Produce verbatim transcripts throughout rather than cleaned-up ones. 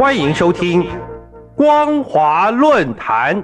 欢迎收听光华论坛。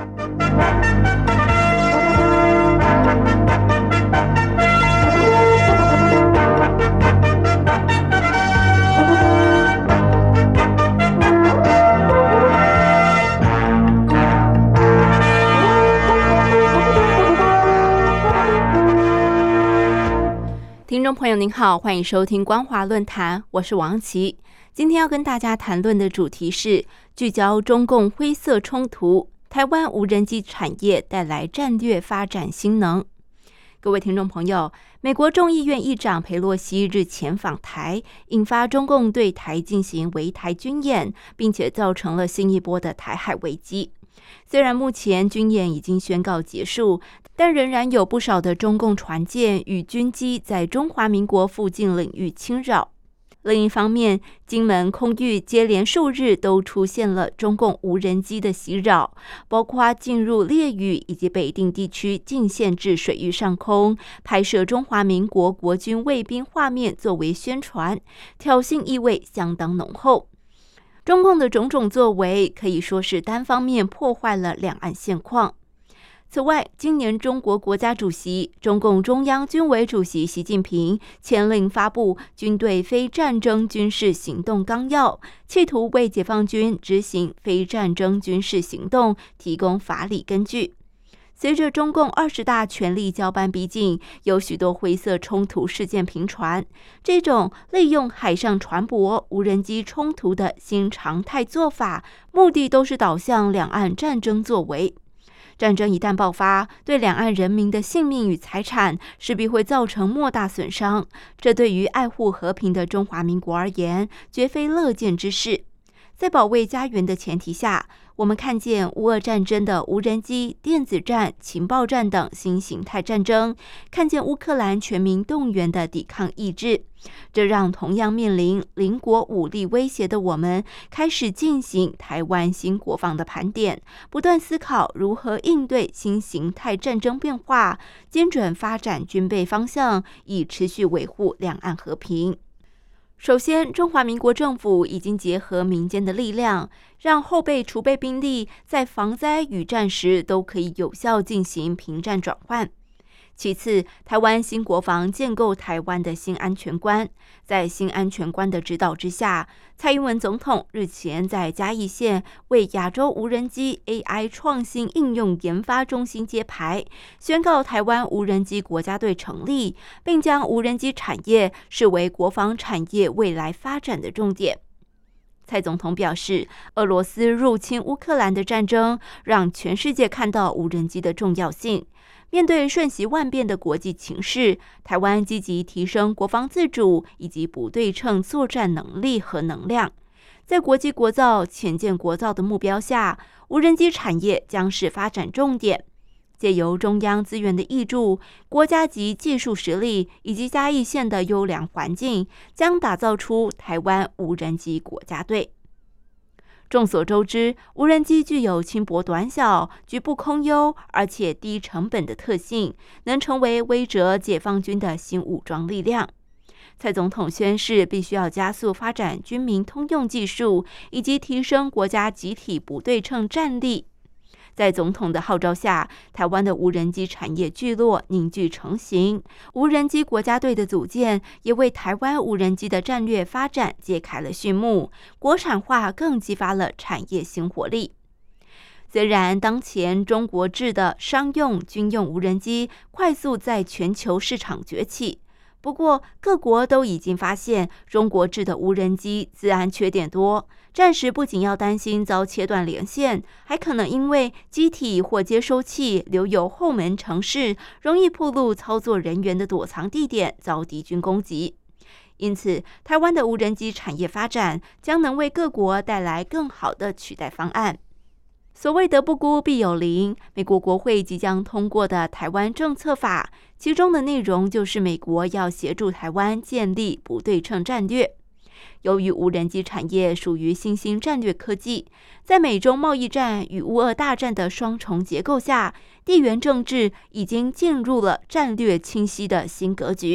听众朋友您好，欢迎收听光华论坛，我是王琦。今天要跟大家谈论的主题是聚焦中共灰色冲突，台湾无人机产业带来战略发展新能。各位听众朋友，美国众议院议长裴洛西日前访台，引发中共对台进行围台军演，并且造成了新一波的台海危机。虽然目前军演已经宣告结束，但仍然有不少的中共船舰与军机在中华民国附近领域侵扰。另一方面，金门空域接连数日都出现了中共无人机的袭扰，包括进入烈屿以及北定地区禁限制水域上空，拍摄中华民国国军卫兵画面作为宣传，挑衅意味相当浓厚。中共的种种作为可以说是单方面破坏了两岸现况。此外，今年中国国家主席、中共中央军委主席习近平签令发布军队非战争军事行动纲要，企图为解放军执行非战争军事行动提供法理根据。随着中共二十大权力交班逼近，有许多灰色冲突事件频传，这种利用海上船舶、无人机冲突的新常态做法，目的都是导向两岸战争作为。战争一旦爆发，对两岸人民的性命与财产势必会造成莫大损伤，这对于爱护和平的中华民国而言，绝非乐见之事。在保卫家园的前提下，我们看见乌俄战争的无人机、电子战、情报战等新形态战争，看见乌克兰全民动员的抵抗意志，这让同样面临邻国武力威胁的我们开始进行台湾新国防的盘点，不断思考如何应对新形态战争变化，精准发展军备方向，以持续维护两岸和平。首先，中华民国政府已经结合民间的力量，让后备储备兵力在防灾与战时都可以有效进行平战转换。其次，台湾新国防建构台湾的新安全观，在新安全观的指导之下，蔡英文总统日前在嘉义县为亚洲无人机 A I 创新应用研发中心揭牌，宣告台湾无人机国家队成立，并将无人机产业视为国防产业未来发展的重点。蔡总统表示，俄罗斯入侵乌克兰的战争让全世界看到无人机的重要性。面对瞬息万变的国际情势，台湾积极提升国防自主以及不对称作战能力和能量。在国际国造、潜舰国造的目标下，无人机产业将是发展重点。借由中央资源的挹注、国家级技术实力以及嘉义县的优良环境，将打造出台湾无人机国家队。众所周知，无人机具有轻薄短小、局部空优，而且低成本的特性，能成为威慑解放军的新武装力量。蔡总统宣示，必须要加速发展军民通用技术，以及提升国家集体不对称战力。在总统的号召下，台湾的无人机产业聚落凝聚成型，无人机国家队的组建也为台湾无人机的战略发展揭开了序幕，国产化更激发了产业新活力。虽然当前中国制的商用、军用无人机快速在全球市场崛起，不过各国都已经发现中国制的无人机资安缺点多，战时不仅要担心遭切断连线，还可能因为机体或接收器留有后门程式，容易暴露操作人员的躲藏地点，遭敌军攻击。因此，台湾的无人机产业发展将能为各国带来更好的取代方案。所谓德不孤必有邻，美国国会即将通过的台湾政策法，其中的内容就是美国要协助台湾建立不对称战略。由于无人机产业属于新兴战略科技，在美中贸易战与乌俄大战的双重结构下，地缘政治已经进入了战略清晰的新格局。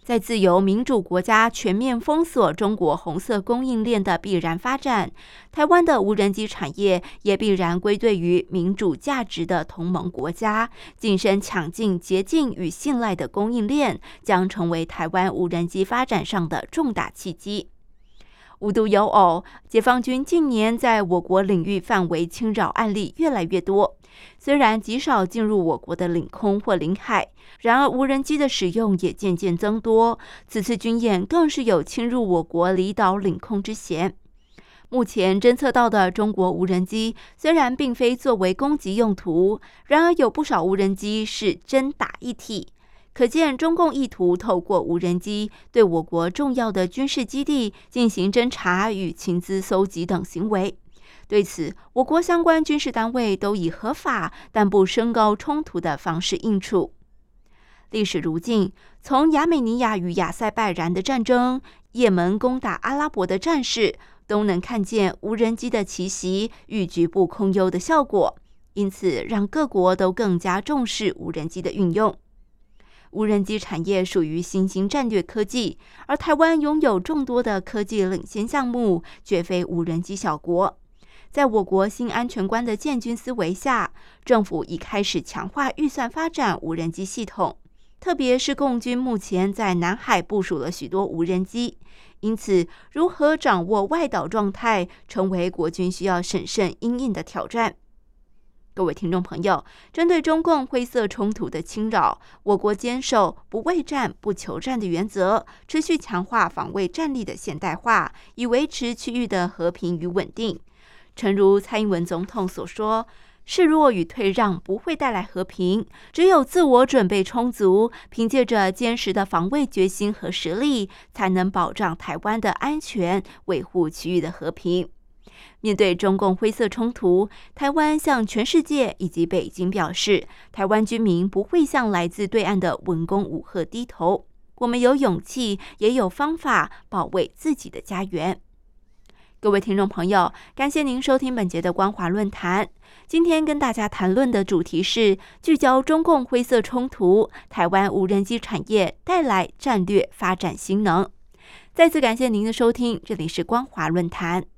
在自由民主国家全面封锁中国红色供应链的必然发展，台湾的无人机产业也必然归队于民主价值的同盟国家，晋升抢进洁净与信赖的供应链，将成为台湾无人机发展上的重大契机。无独有偶，解放军近年在我国领域范围侵扰案例越来越多，虽然极少进入我国的领空或领海，然而无人机的使用也渐渐增多，此次军演更是有侵入我国离岛领空之嫌。目前侦测到的中国无人机虽然并非作为攻击用途，然而有不少无人机是真打一体，可见中共意图透过无人机对我国重要的军事基地进行侦察与情资搜集等行为。对此，我国相关军事单位都以合法但不升高冲突的方式应处。历史如镜，从亚美尼亚与亚塞拜然的战争，也门攻打阿拉伯的战事，都能看见无人机的奇袭与局部空优的效果，因此让各国都更加重视无人机的运用。无人机产业属于新兴战略科技，而台湾拥有众多的科技领先项目，绝非无人机小国。在我国新安全观的建军思维下，政府已开始强化预算发展无人机系统，特别是共军目前在南海部署了许多无人机，因此如何掌握外岛状态，成为国军需要审慎因应的挑战。各位听众朋友，针对中共灰色冲突的侵扰，我国坚守不畏战、不求战的原则，持续强化防卫战力的现代化，以维持区域的和平与稳定。诚如蔡英文总统所说，示弱与退让不会带来和平，只有自我准备充足，凭借着坚实的防卫决心和实力，才能保障台湾的安全，维护区域的和平。面对中共灰色冲突，台湾向全世界以及北京表示，台湾居民不会向来自对岸的文攻武吓低头，我们有勇气，也有方法保卫自己的家园。各位听众朋友，感谢您收听本节的光华论坛。今天跟大家谈论的主题是聚焦中共灰色冲突，台湾无人机产业带来战略发展新能。再次感谢您的收听，这里是光华论坛。